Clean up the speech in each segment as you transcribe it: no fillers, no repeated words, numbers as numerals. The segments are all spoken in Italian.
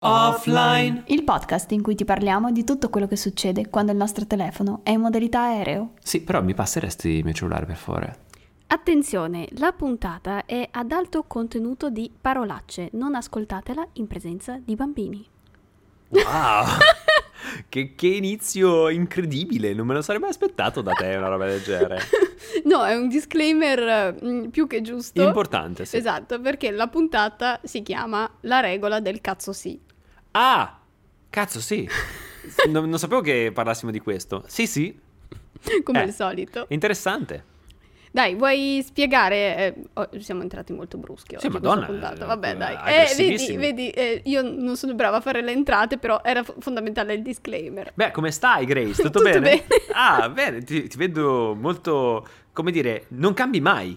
Offline. Il podcast in cui ti parliamo di tutto quello che succede quando il nostro telefono è in modalità aereo. Sì, però mi passeresti il mio cellulare, per favore? Attenzione, la puntata è ad alto contenuto di parolacce, non ascoltatela in presenza di bambini. Wow! che inizio incredibile, non me lo sarei mai aspettato da te una roba del genere. No, è un disclaimer più che giusto. Importante, sì. Esatto, perché la puntata si chiama La regola del cazzo sì. Ah! Cazzo, sì. Non sapevo che parlassimo di questo. Sì. Come al solito. Interessante. Dai, vuoi spiegare? Siamo entrati molto bruschi oggi. Sì, madonna, questa puntata. Vabbè, dai. aggressivissimi. Vedi, io non sono brava a fare le entrate, però era fondamentale il disclaimer. Beh, come stai, Grace? Tutto Tutto bene? bene. Ah, bene, ti vedo molto, come dire, non cambi mai.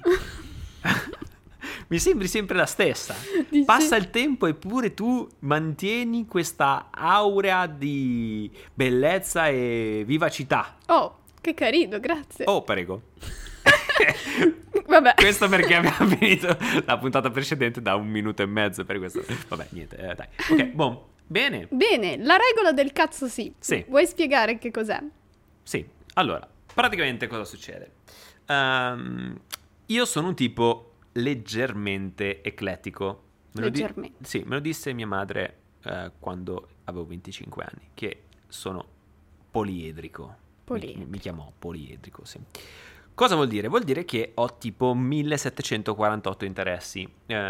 Mi sembri sempre la stessa. Dici? Passa il tempo eppure tu mantieni questa aurea di bellezza e vivacità. Oh, che carino, grazie. Oh, prego. Vabbè. Questo perché abbiamo finito la puntata precedente da 1 minuto e mezzo, per questo. Vabbè, niente, dai. Ok, buon. Bene. Bene, la regola del cazzo sì. Sì. Vuoi spiegare che cos'è? Sì, allora, praticamente cosa succede? Io sono un tipo leggermente eclettico. Leggermente. Sì, me lo disse mia madre quando avevo 25 anni, che sono poliedrico. Poliedrico. Mi chiamò poliedrico, sì. Cosa vuol dire? Vuol dire che ho tipo 1748 interessi.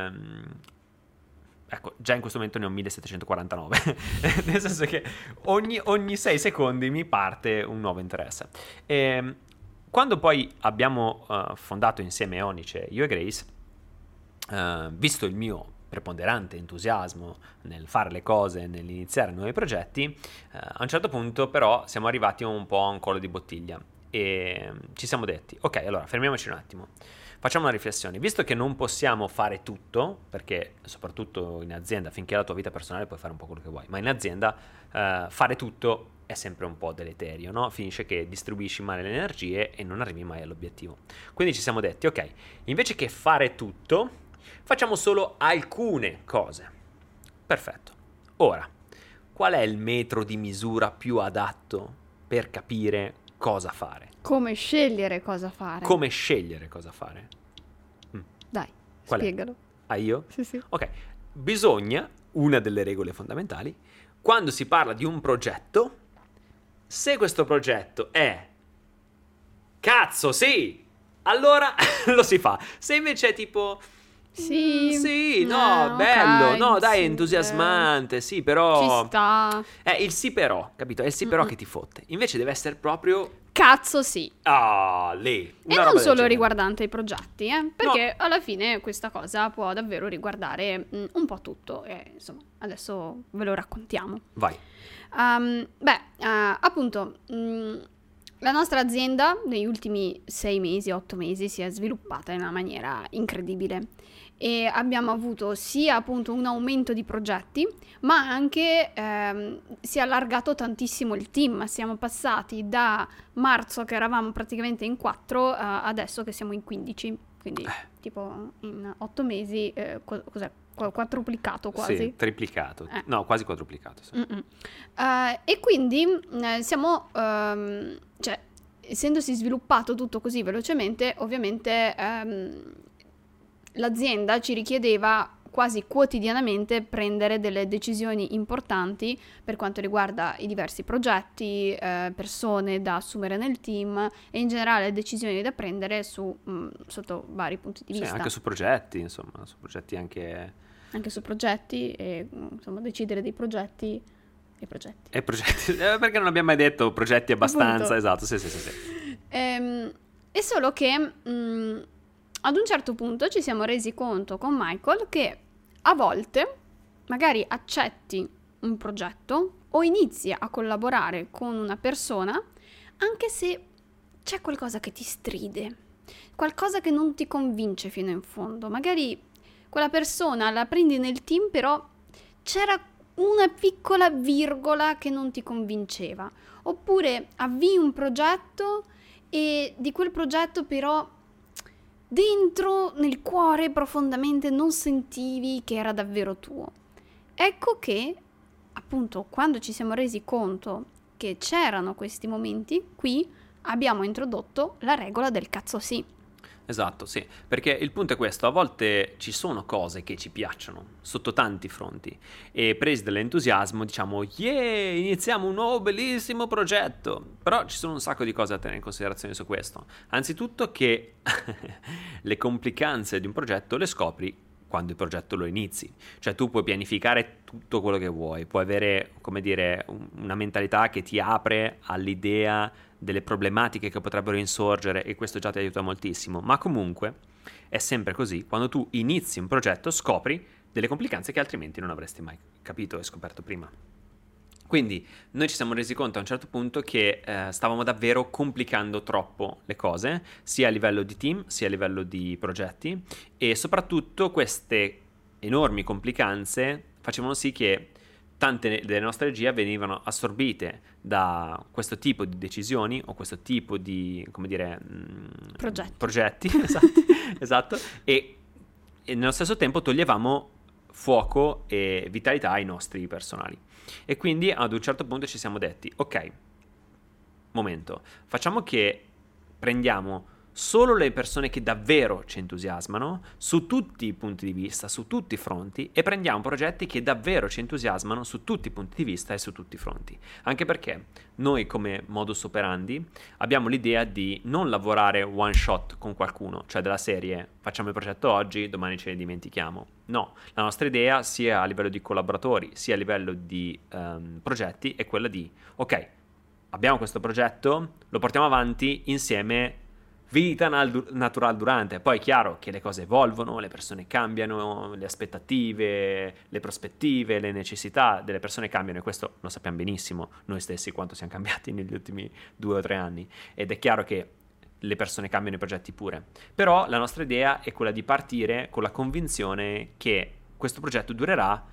Ecco, già in questo momento ne ho 1749. Nel senso che ogni 6 secondi mi parte un nuovo interesse. Quando poi abbiamo fondato insieme Onice, io e Grace, visto il mio preponderante entusiasmo nel fare le cose, nell'iniziare nuovi progetti, a un certo punto però siamo arrivati un po' a un collo di bottiglia e ci siamo detti, ok, allora fermiamoci un attimo, facciamo una riflessione, visto che non possiamo fare tutto, perché soprattutto in azienda, finché la tua vita personale puoi fare un po' quello che vuoi, ma in azienda fare tutto è sempre un po' deleterio, no? Finisce che distribuisci male le energie e non arrivi mai all'obiettivo. Quindi ci siamo detti, ok, invece che fare tutto, facciamo solo alcune cose. Perfetto. Ora, qual è il metro di misura più adatto per capire cosa fare? Come scegliere cosa fare? Come scegliere cosa fare? Dai, Qual è? spiegalo. Ah, io? Sì. Ok, bisogna, una delle regole fondamentali, quando si parla di un progetto, se questo progetto è cazzo sì, allora lo si fa. Se invece è tipo sì, no, bello, ok, no, dai, sì, entusiasmante, sì, però Ci sta. è il sì però, capito? È il sì però che ti fotte. Invece deve essere proprio Cazzo sì. lì. E Una non roba del solo genere. riguardante i progetti, perché alla fine questa cosa può davvero riguardare un po' tutto. E insomma, adesso ve lo raccontiamo. Vai. Appunto, la nostra azienda negli ultimi 6 mesi, 8 mesi si è sviluppata in una maniera incredibile e abbiamo avuto sia appunto un aumento di progetti, ma anche si è allargato tantissimo il team. Siamo passati da marzo che eravamo praticamente in 4 adesso che siamo in 15, quindi tipo in 8 mesi, cos'è? Quadruplicato quasi. Sì, triplicato. No, quasi quadruplicato. Sì. E quindi siamo, cioè, essendosi sviluppato tutto così velocemente, ovviamente l'azienda ci richiedeva quasi quotidianamente prendere delle decisioni importanti per quanto riguarda i diversi progetti, persone da assumere nel team e in generale decisioni da prendere sotto vari punti di vista. Sì, anche su progetti, insomma, su progetti anche su progetti e insomma decidere dei progetti e progetti. E progetti, perché non abbiamo mai detto progetti abbastanza, Appunto. esatto, sì. È solo che ad un certo punto ci siamo resi conto con Michael che a volte magari accetti un progetto o inizi a collaborare con una persona anche se c'è qualcosa che ti stride, qualcosa che non ti convince fino in fondo. Magari quella persona la prendi nel team, però c'era una piccola virgola che non ti convinceva. Oppure avvii un progetto e di quel progetto però dentro, nel cuore, profondamente non sentivi che era davvero tuo. Ecco che appunto quando ci siamo resi conto che c'erano questi momenti, qui abbiamo introdotto la regola del cazzo sì. Esatto, sì, perché il punto è questo: a volte ci sono cose che ci piacciono sotto tanti fronti e presi dall'entusiasmo diciamo yeah, iniziamo un nuovo bellissimo progetto, però ci sono un sacco di cose da tenere in considerazione su questo. Anzitutto che le complicanze di un progetto le scopri quando il progetto lo inizi, cioè tu puoi pianificare tutto quello che vuoi, puoi avere, come dire, una mentalità che ti apre all'idea delle problematiche che potrebbero insorgere e questo già ti aiuta moltissimo, ma comunque è sempre così: quando tu inizi un progetto scopri delle complicanze che altrimenti non avresti mai capito e scoperto prima. Quindi noi ci siamo resi conto a un certo punto che stavamo davvero complicando troppo le cose, sia a livello di team, sia a livello di progetti, e soprattutto queste enormi complicanze facevano sì che tante delle nostre energie venivano assorbite da questo tipo di decisioni o questo tipo di, come dire, progetti esatto, e nello stesso tempo toglievamo fuoco e vitalità ai nostri personali. E quindi ad un certo punto ci siamo detti: ok, momento, facciamo che prendiamo solo le persone che davvero ci entusiasmano su tutti i punti di vista, su tutti i fronti, e prendiamo progetti che davvero ci entusiasmano su tutti i punti di vista e su tutti i fronti. Anche perché noi come modus operandi abbiamo l'idea di non lavorare one shot con qualcuno, cioè della serie facciamo il progetto oggi, domani ce ne dimentichiamo. No, la nostra idea sia a livello di collaboratori sia a livello di progetti è quella di ok, abbiamo questo progetto, lo portiamo avanti insieme vita natural durante. Poi è chiaro che le cose evolvono, le persone cambiano, le aspettative, le prospettive, le necessità delle persone cambiano, e questo lo sappiamo benissimo noi stessi quanto siamo cambiati negli ultimi 2 o 3 anni, ed è chiaro che le persone cambiano, i progetti pure. Però la nostra idea è quella di partire con la convinzione che questo progetto durerà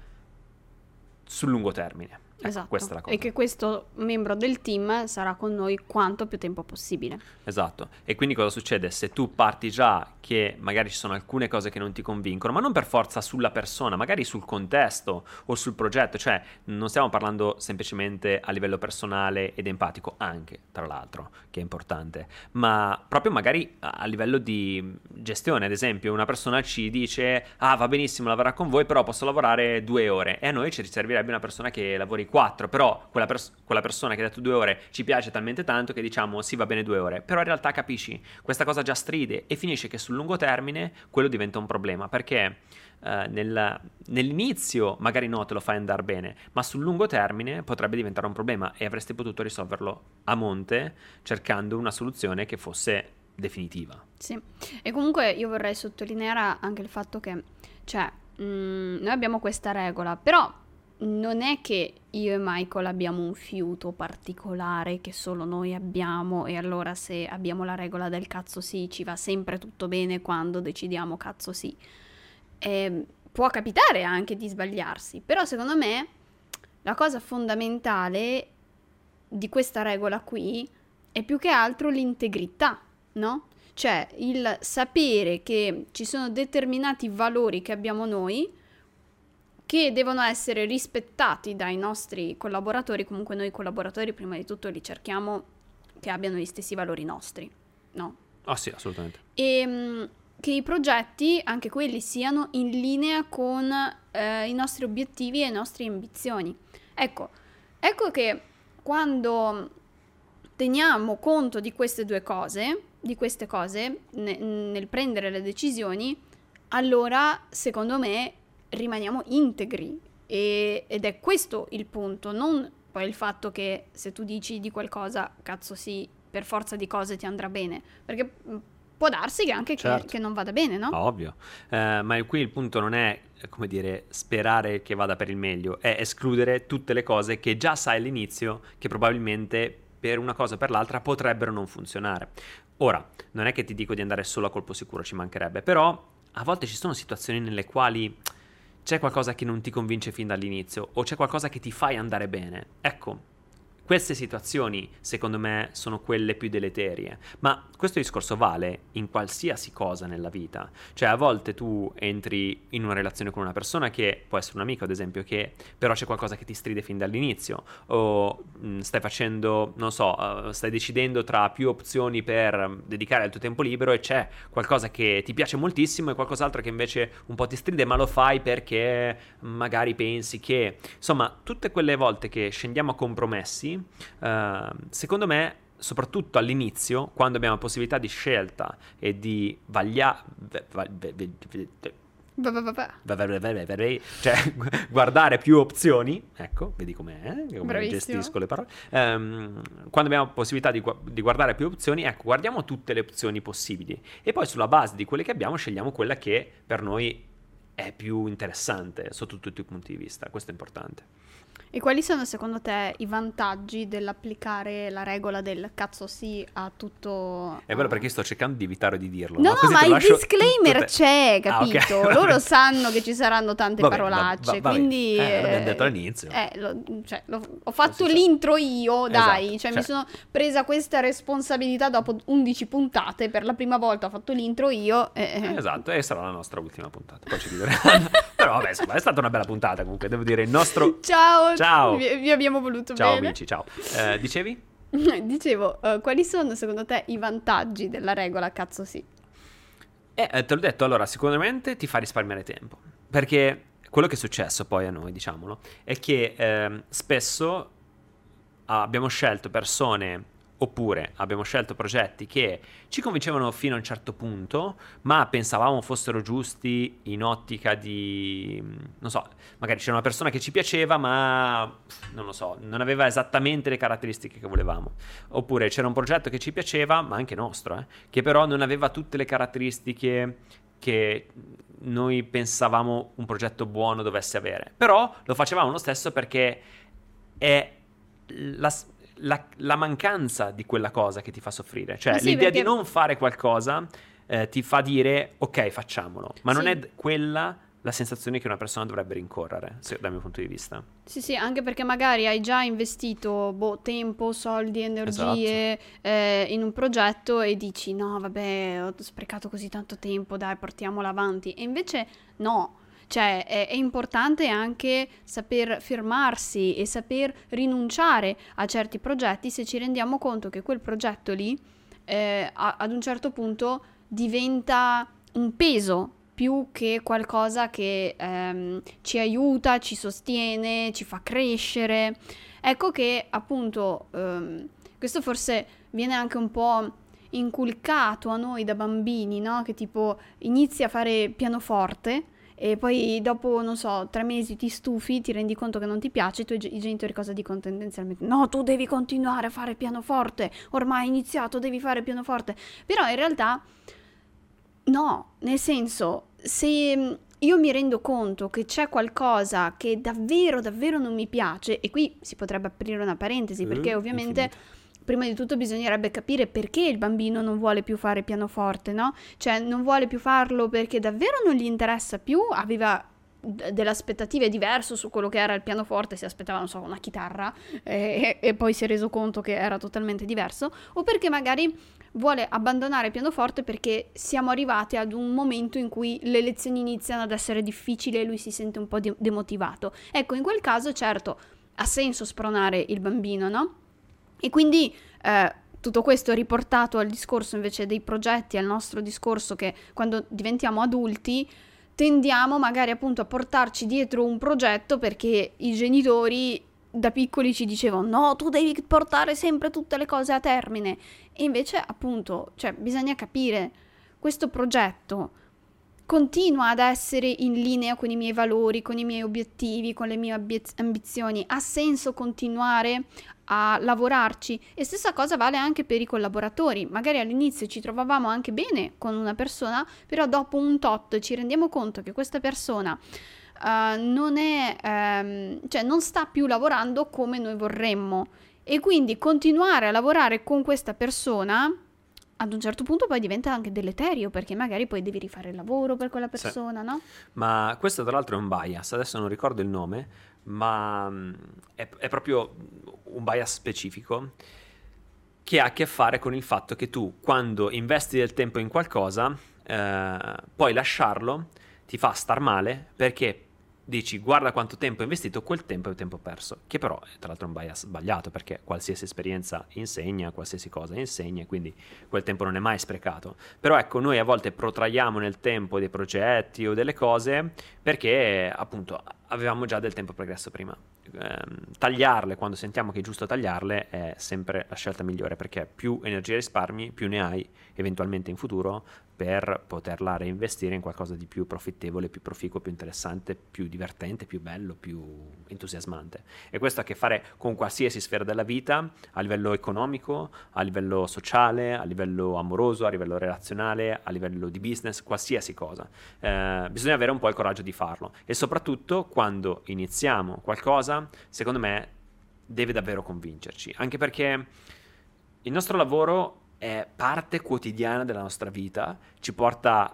sul lungo termine. Ecco, esatto, questa è la cosa. e che questo membro del team sarà con noi quanto più tempo possibile. Esatto, e quindi cosa succede? Se tu parti già che magari ci sono alcune cose che non ti convincono, ma non per forza sulla persona, magari sul contesto o sul progetto, cioè non stiamo parlando semplicemente a livello personale ed empatico, anche tra l'altro, che è importante, ma proprio magari a livello di gestione. Ad esempio una persona ci dice: ah, va benissimo lavorare con voi, però posso lavorare 2 ore, e a noi ci servirebbe una persona che lavori 4, però quella persona che ha detto 2 ore ci piace talmente tanto che diciamo sì, va bene 2 ore, però in realtà capisci, questa cosa già stride e finisce che sul lungo termine quello diventa un problema, perché nell'inizio magari no, te lo fai andare bene, ma sul lungo termine potrebbe diventare un problema e avresti potuto risolverlo a monte cercando una soluzione che fosse definitiva. Sì, e comunque io vorrei sottolineare anche il fatto che, cioè, noi abbiamo questa regola, però non è che io e Michael abbiamo un fiuto particolare che solo noi abbiamo, e allora se abbiamo la regola del cazzo sì ci va sempre tutto bene quando decidiamo cazzo sì. Può capitare anche di sbagliarsi, però secondo me la cosa fondamentale di questa regola qui è più che altro l'integrità, no? Cioè il sapere che ci sono determinati valori che abbiamo noi che devono essere rispettati dai nostri collaboratori. Comunque noi collaboratori prima di tutto li cerchiamo che abbiano gli stessi valori nostri, no? Ah sì, assolutamente. E che i progetti, anche quelli, siano in linea con i nostri obiettivi e le nostre ambizioni. Ecco che quando teniamo conto di queste due cose, nel prendere le decisioni, allora secondo me rimaniamo integri, ed è questo il punto, non poi il fatto che se tu dici di qualcosa cazzo sì, per forza di cose ti andrà bene, perché può darsi che anche certo, che non vada bene, no? Ovvio, ma qui il punto non è, come dire, sperare che vada per il meglio, è escludere tutte le cose che già sai all'inizio che probabilmente per una cosa o per l'altra potrebbero non funzionare. Ora, non è che ti dico di andare solo a colpo sicuro, ci mancherebbe, però a volte ci sono situazioni nelle quali c'è qualcosa che non ti convince fin dall'inizio, o c'è qualcosa che ti fai andare bene. Ecco, Queste situazioni, secondo me, sono quelle più deleterie, ma questo discorso vale in qualsiasi cosa nella vita. Cioè, a volte tu entri in una relazione con una persona che può essere un amico, ad esempio, che però c'è qualcosa che ti stride fin dall'inizio, o stai facendo, non so, stai decidendo tra più opzioni per dedicare il tuo tempo libero e c'è qualcosa che ti piace moltissimo e qualcos'altro che invece un po' ti stride, ma lo fai perché magari pensi che... Insomma, tutte quelle volte che scendiamo a compromessi, secondo me, soprattutto all'inizio, quando abbiamo possibilità di scelta e di cioè guardare più opzioni, ecco, vedi come gestisco le parole, quando abbiamo possibilità di guardare più opzioni, ecco, guardiamo tutte le opzioni possibili e poi sulla base di quelle che abbiamo scegliamo quella che per noi è più interessante sotto tutti i punti di vista. Questo è importante. E quali sono secondo te i vantaggi dell'applicare la regola del cazzo sì a tutto? È vero, perché sto cercando di evitare di dirlo. No, ma il disclaimer c'è, capito? Okay. Loro sanno che ci saranno tante parolacce, quindi... l'abbiamo detto all'inizio. Ho fatto l'intro io, dai, esatto, mi sono presa questa responsabilità dopo 11 puntate, per la prima volta ho fatto l'intro io. Esatto, e sarà la nostra ultima puntata, poi ci diverranno. Però vabbè, insomma, è stata una bella puntata comunque, devo dire, il nostro... Ciao! Vi abbiamo voluto ciao, bene. Amici, ciao. Dicevi? Dicevo, quali sono secondo te i vantaggi della regola cazzo sì? Te l'ho detto, allora, sicuramente ti fa risparmiare tempo, perché quello che è successo poi a noi, diciamolo, è che spesso abbiamo scelto persone... Oppure abbiamo scelto progetti che ci convincevano fino a un certo punto, ma pensavamo fossero giusti in ottica di... non so, magari c'era una persona che ci piaceva, ma non lo so, non aveva esattamente le caratteristiche che volevamo. Oppure c'era un progetto che ci piaceva, ma anche nostro, che però non aveva tutte le caratteristiche che noi pensavamo un progetto buono dovesse avere. Però lo facevamo lo stesso perché è la mancanza di quella cosa che ti fa soffrire, cioè l'idea di non fare qualcosa ti fa dire ok, facciamolo, ma non è quella la sensazione che una persona dovrebbe rincorrere, dal mio punto di vista. Sì, anche perché magari hai già investito tempo, soldi, energie in un progetto e dici no vabbè, ho sprecato così tanto tempo, dai, portiamolo avanti, e invece no. Cioè è importante anche saper fermarsi e saper rinunciare a certi progetti se ci rendiamo conto che quel progetto lì ad un certo punto diventa un peso più che qualcosa che ci aiuta, ci sostiene, ci fa crescere. Ecco che appunto questo forse viene anche un po' inculcato a noi da bambini, no? Che tipo inizi a fare pianoforte e poi dopo, non so, 3 mesi ti stufi, ti rendi conto che non ti piace, i genitori cosa dicono tendenzialmente? No, tu devi continuare a fare pianoforte, ormai hai iniziato, devi fare pianoforte. Però in realtà no, nel senso, se io mi rendo conto che c'è qualcosa che davvero, davvero non mi piace, e qui si potrebbe aprire una parentesi, perché ovviamente... Infinito. Prima di tutto bisognerebbe capire perché il bambino non vuole più fare pianoforte, no? Cioè non vuole più farlo perché davvero non gli interessa più, aveva delle aspettative diverse su quello che era il pianoforte, si aspettava, non so, una chitarra e poi si è reso conto che era totalmente diverso, o perché magari vuole abbandonare il pianoforte perché siamo arrivati ad un momento in cui le lezioni iniziano ad essere difficili e lui si sente un po' demotivato. Ecco, in quel caso certo ha senso spronare il bambino, no? E quindi tutto questo riportato al discorso invece dei progetti, al nostro discorso che quando diventiamo adulti tendiamo magari appunto a portarci dietro un progetto perché i genitori da piccoli ci dicevano no, tu devi portare sempre tutte le cose a termine, e invece appunto, cioè, bisogna capire, questo progetto continua ad essere in linea con i miei valori, con i miei obiettivi, con le mie ambizioni, ha senso continuare a lavorarci? E stessa cosa vale anche per i collaboratori, magari all'inizio ci trovavamo anche bene con una persona, però dopo un tot ci rendiamo conto che questa persona non sta più lavorando come noi vorremmo, e quindi continuare a lavorare con questa persona ad un certo punto poi diventa anche deleterio, perché magari poi devi rifare il lavoro per quella persona, no? Ma questo tra l'altro è un bias, adesso non ricordo il nome, ma è proprio un bias specifico che ha a che fare con il fatto che tu, quando investi del tempo in qualcosa, poi lasciarlo ti fa star male, perché dici guarda quanto tempo ho investito, quel tempo è tempo perso, che però è tra l'altro un bias sbagliato, perché qualsiasi esperienza insegna, qualsiasi cosa insegna, quindi quel tempo non è mai sprecato. Però ecco, noi a volte protraiamo nel tempo dei progetti o delle cose perché appunto avevamo già del tempo pregresso prima. Tagliarle quando sentiamo che è giusto tagliarle è sempre la scelta migliore, perché più energia risparmi, più ne hai eventualmente in futuro per poterla reinvestire in qualcosa di più profittevole, più proficuo, più interessante, più divertente, più bello, più entusiasmante. E questo ha a che fare con qualsiasi sfera della vita, a livello economico, a livello sociale, a livello amoroso, a livello relazionale, a livello di business, qualsiasi cosa. Bisogna avere un po' il coraggio di farlo, e soprattutto quando iniziamo qualcosa, secondo me deve davvero convincerci, anche perché il nostro lavoro è parte quotidiana della nostra vita, ci porta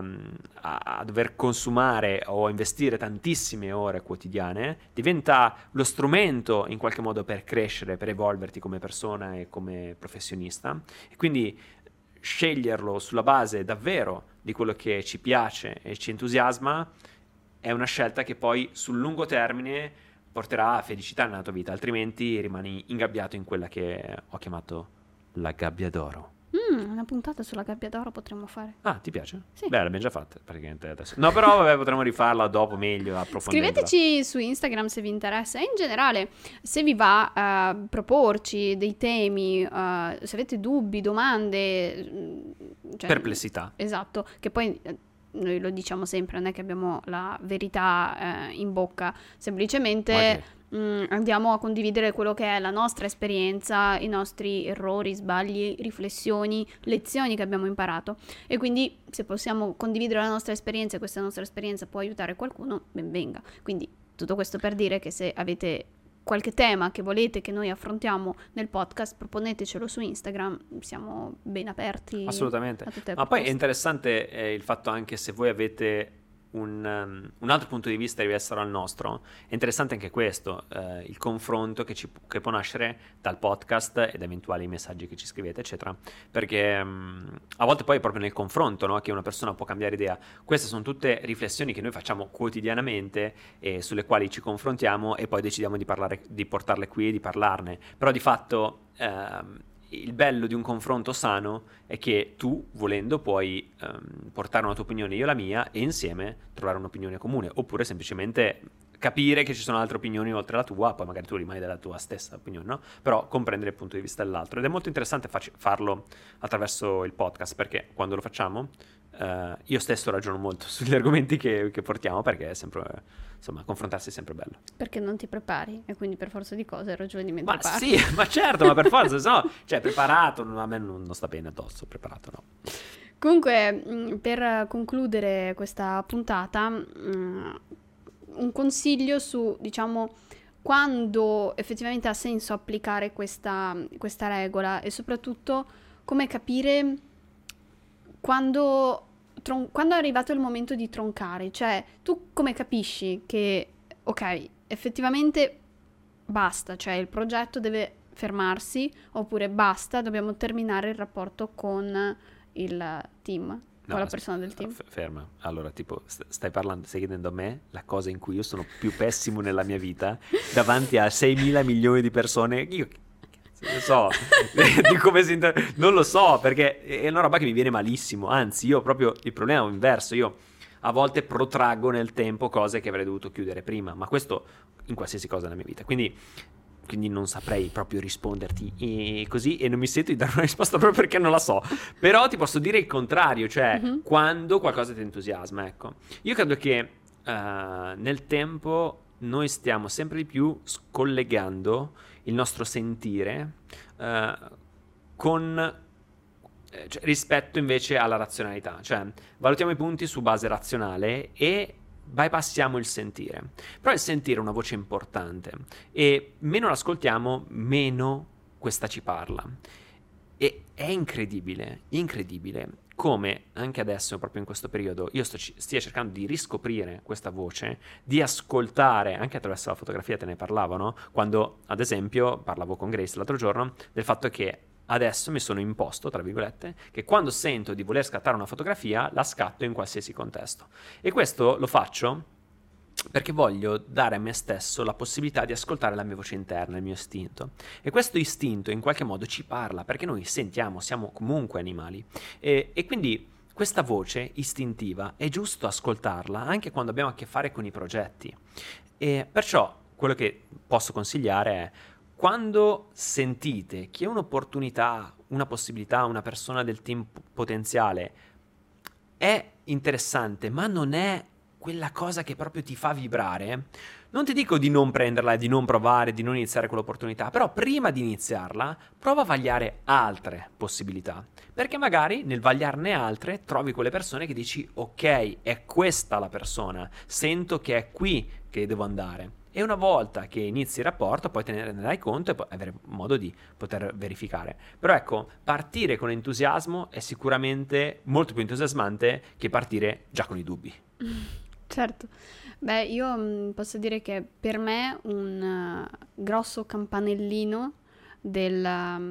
a dover consumare o investire tantissime ore quotidiane, diventa lo strumento in qualche modo per crescere, per evolverti come persona e come professionista, e quindi sceglierlo sulla base davvero di quello che ci piace e ci entusiasma è una scelta che poi sul lungo termine porterà felicità nella tua vita, altrimenti rimani ingabbiato in quella che ho chiamato la gabbia d'oro. Una puntata sulla gabbia d'oro potremmo fare. Ah, ti piace? Sì. Beh, l'abbiamo già fatta praticamente adesso. No, però vabbè, potremmo rifarla dopo meglio, approfondendola. Scriveteci su Instagram se vi interessa, e in generale se vi va a proporci dei temi, se avete dubbi, domande, cioè, Perplessità. esatto, che poi noi lo diciamo sempre, non è che abbiamo la verità in bocca, semplicemente andiamo a condividere quello che è la nostra esperienza, i nostri errori, sbagli, riflessioni, lezioni che abbiamo imparato, e quindi se possiamo condividere la nostra esperienza e questa nostra esperienza può aiutare qualcuno, ben venga. Quindi tutto questo per dire che se avete qualche tema che volete che noi affrontiamo nel podcast, proponetecelo su Instagram, siamo ben aperti. Assolutamente. A tutte le Ma poi è proposte. interessante il fatto, anche se voi avete un altro punto di vista diverso dal nostro, è interessante anche questo, il confronto che può nascere dal podcast e da eventuali messaggi che ci scrivete, eccetera, perché a volte poi è proprio nel confronto, no, che una persona può cambiare idea. Queste sono tutte riflessioni che noi facciamo quotidianamente e sulle quali ci confrontiamo, e poi decidiamo di portarle qui e di parlarne. Però di fatto il bello di un confronto sano è che tu, volendo, puoi portare una tua opinione, io la mia, e insieme trovare un'opinione comune, oppure semplicemente capire che ci sono altre opinioni oltre la tua, poi magari tu rimani della tua stessa opinione, no? Però comprendere il punto di vista dell'altro. Ed è molto interessante farlo attraverso il podcast, perché quando lo facciamo io stesso ragiono molto sugli argomenti che portiamo, perché è sempre, insomma, confrontarsi è sempre bello. Perché non ti prepari e quindi per forza di cose ragioni mentre Ma parli. sì, ma certo, ma per forza, se no, cioè preparato, a me non sta bene addosso, preparato no. Comunque, per concludere questa puntata, un consiglio su, diciamo, quando effettivamente ha senso applicare questa regola, e soprattutto come capire quando è arrivato il momento di troncare. Cioè, tu come capisci che, ok, effettivamente basta, cioè il progetto deve fermarsi, oppure basta, dobbiamo terminare il rapporto con il team, con la persona del team. Ferma. Allora, tipo, stai chiedendo a me la cosa in cui io sono più pessimo nella mia vita, davanti a 6.000 milioni di persone. Io non so di come non lo so, perché è una roba che mi viene malissimo. Anzi, io proprio il problema è inverso. Io a volte protraggo nel tempo cose che avrei dovuto chiudere prima, ma questo in qualsiasi cosa nella mia vita. Quindi non saprei proprio risponderti così, e non mi sento di dare una risposta proprio perché non la so. Però ti posso dire il contrario, cioè quando qualcosa ti entusiasma, ecco. Io credo che nel tempo noi stiamo sempre di più scollegando il nostro sentire rispetto invece alla razionalità. Cioè valutiamo i punti su base razionale e bypassiamo il sentire. Però il sentire è una voce importante, e meno l'ascoltiamo, meno questa ci parla. E è incredibile come anche adesso, proprio in questo periodo, io stia cercando di riscoprire questa voce, di ascoltare, anche attraverso la fotografia te ne parlavo, no? Quando, ad esempio, parlavo con Grace l'altro giorno, del fatto che adesso mi sono imposto, tra virgolette, che quando sento di voler scattare una fotografia, la scatto in qualsiasi contesto. E questo lo faccio perché voglio dare a me stesso la possibilità di ascoltare la mia voce interna, il mio istinto. E questo istinto in qualche modo ci parla, perché noi sentiamo, siamo comunque animali. E quindi questa voce istintiva è giusto ascoltarla anche quando abbiamo a che fare con i progetti. E perciò quello che posso consigliare è: quando sentite che un'opportunità, una possibilità, una persona del team potenziale è interessante, ma non è quella cosa che proprio ti fa vibrare, non ti dico di non prenderla, di non provare, di non iniziare quell'opportunità, però prima di iniziarla prova a vagliare altre possibilità, perché magari nel vagliarne altre trovi quelle persone che dici: ok, è questa la persona, sento che è qui che devo andare. E una volta che inizi il rapporto poi te ne renderai conto e poi avere modo di poter verificare. Però ecco, partire con entusiasmo è sicuramente molto più entusiasmante che partire già con i dubbi. Certo. Beh, io posso dire che per me un grosso campanellino del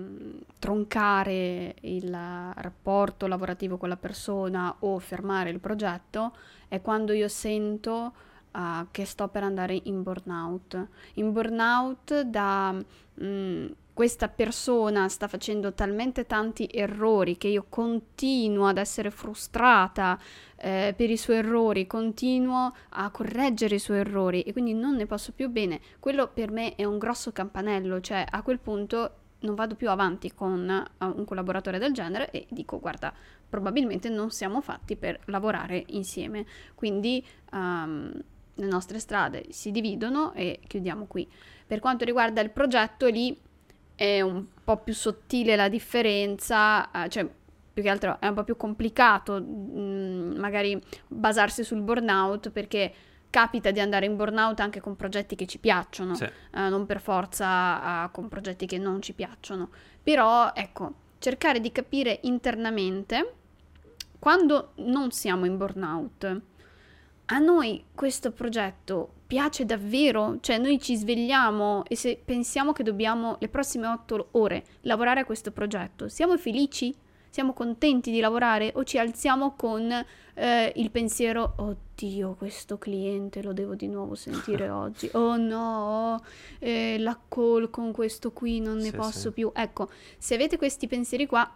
troncare il rapporto lavorativo con la persona o fermare il progetto è quando io sento che sto per andare in burnout. In burnout da questa persona sta facendo talmente tanti errori che io continuo ad essere frustrata per i suoi errori, continuo a correggere i suoi errori e quindi non ne posso più. Bene. Quello per me è un grosso campanello, cioè a quel punto non vado più avanti con un collaboratore del genere e dico: guarda, probabilmente non siamo fatti per lavorare insieme, quindi le nostre strade si dividono e chiudiamo qui. Per quanto riguarda il progetto, lì è un po' più sottile la differenza, cioè più che altro è un po' più complicato magari basarsi sul burnout, perché capita di andare in burnout anche con progetti che ci piacciono, Sì. non per forza con progetti che non ci piacciono. Però ecco, cercare di capire internamente quando non siamo in burnout. A noi questo progetto piace davvero? Cioè noi ci svegliamo e se pensiamo che dobbiamo le prossime 8 ore lavorare a questo progetto, siamo felici? Siamo contenti di lavorare o ci alziamo con il pensiero: oddio, questo cliente lo devo di nuovo sentire oggi, oh no, la call con questo qui non ne posso più. Ecco, se avete questi pensieri qua,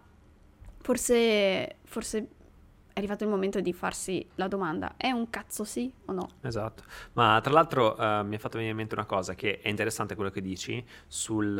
forse è arrivato il momento di farsi la domanda: è un cazzo sì o no? Esatto, ma tra l'altro mi ha fatto venire in mente una cosa che è interessante, quello che dici sul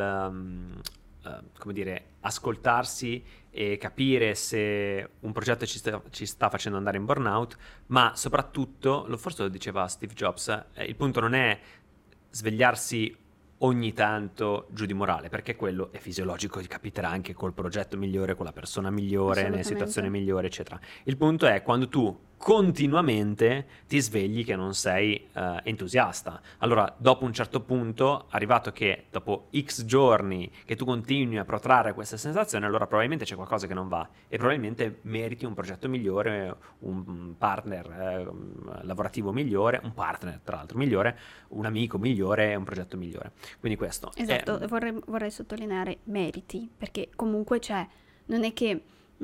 come dire, ascoltarsi e capire se un progetto ci sta facendo andare in burnout, ma soprattutto, forse lo diceva Steve Jobs, il punto non è svegliarsi ogni tanto giù di morale, perché quello è fisiologico, capiterà anche col progetto migliore, con la persona migliore, nella situazione migliore, eccetera. Il punto è quando tu continuamente ti svegli che non sei entusiasta. Allora, dopo un certo punto, arrivato che dopo X giorni che tu continui a protrarre questa sensazione, allora probabilmente c'è qualcosa che non va e probabilmente meriti un progetto migliore, un partner lavorativo migliore, un partner tra l'altro migliore, un amico migliore, un progetto migliore. Quindi questo. Esatto, vorrei sottolineare meriti, perché comunque non è che...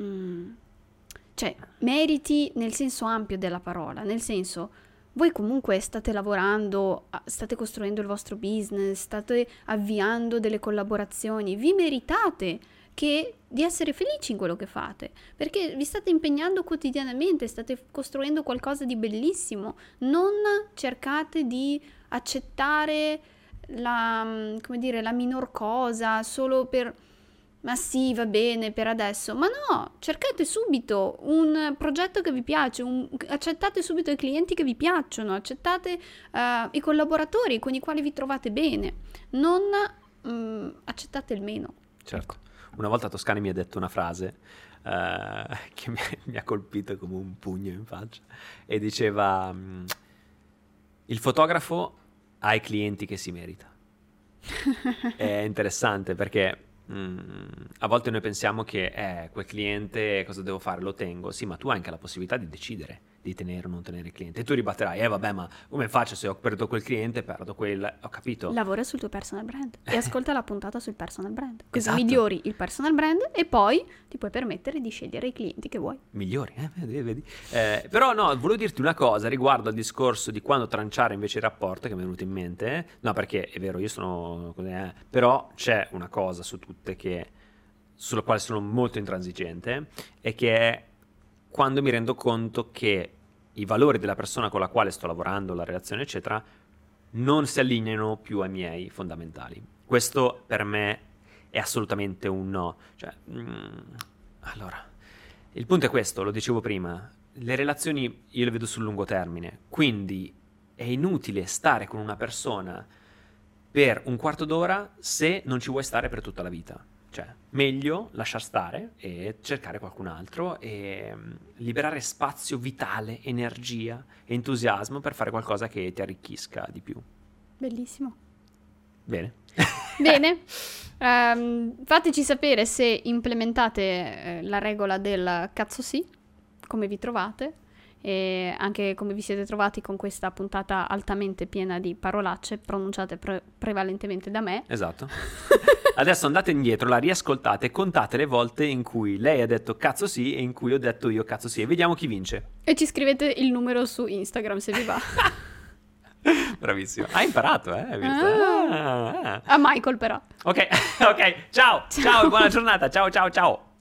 Cioè, meriti nel senso ampio della parola, nel senso, voi comunque state lavorando, state costruendo il vostro business, state avviando delle collaborazioni, vi meritate di essere felici in quello che fate, perché vi state impegnando quotidianamente, state costruendo qualcosa di bellissimo. Non cercate di accettare la minor cosa solo per... Ma sì, va bene per adesso. Ma no, cercate subito un progetto che vi piace, accettate subito i clienti che vi piacciono, accettate i collaboratori con i quali vi trovate bene, non accettate il meno. Certo. Una volta Toscani mi ha detto una frase che mi ha colpito come un pugno in faccia e diceva: il fotografo ha i clienti che si merita. È interessante perché A volte noi pensiamo che quel cliente cosa devo fare? Lo tengo. Sì, ma tu hai anche la possibilità di decidere di tenere o non tenere il cliente. E tu ribatterai, vabbè, ma come faccio se ho perduto quel cliente, perdo quel... Ho capito. Lavora sul tuo personal brand e ascolta la puntata sul personal brand. Così Esatto. migliori il personal brand e poi ti puoi permettere di scegliere i clienti che vuoi. Migliori, vedi. Però no, volevo dirti una cosa riguardo al discorso di quando tranciare invece il rapporto, che mi è venuto in mente. No, perché è vero, io sono... però c'è una cosa su tutte sulla quale sono molto intransigente, e che è quando mi rendo conto che i valori della persona con la quale sto lavorando, la relazione eccetera, non si allineano più ai miei fondamentali. Questo per me è assolutamente un no. Cioè, allora, il punto è questo, lo dicevo prima, le relazioni io le vedo sul lungo termine, quindi è inutile stare con una persona per un quarto d'ora se non ci vuoi stare per tutta la vita. Cioè, meglio lasciar stare e cercare qualcun altro e liberare spazio vitale, energia, entusiasmo per fare qualcosa che ti arricchisca di più. Bellissimo. Bene. Bene. Fateci sapere se implementate la regola del cazzo sì, come vi trovate e anche come vi siete trovati con questa puntata altamente piena di parolacce pronunciate prevalentemente da me. Esatto. Adesso andate indietro, la riascoltate, contate le volte in cui lei ha detto cazzo sì e in cui ho detto io cazzo sì e vediamo chi vince. E ci scrivete il numero su Instagram se vi va. Bravissimo. Hai imparato, hai visto? A Michael però. Ok, ciao e buona giornata. Ciao.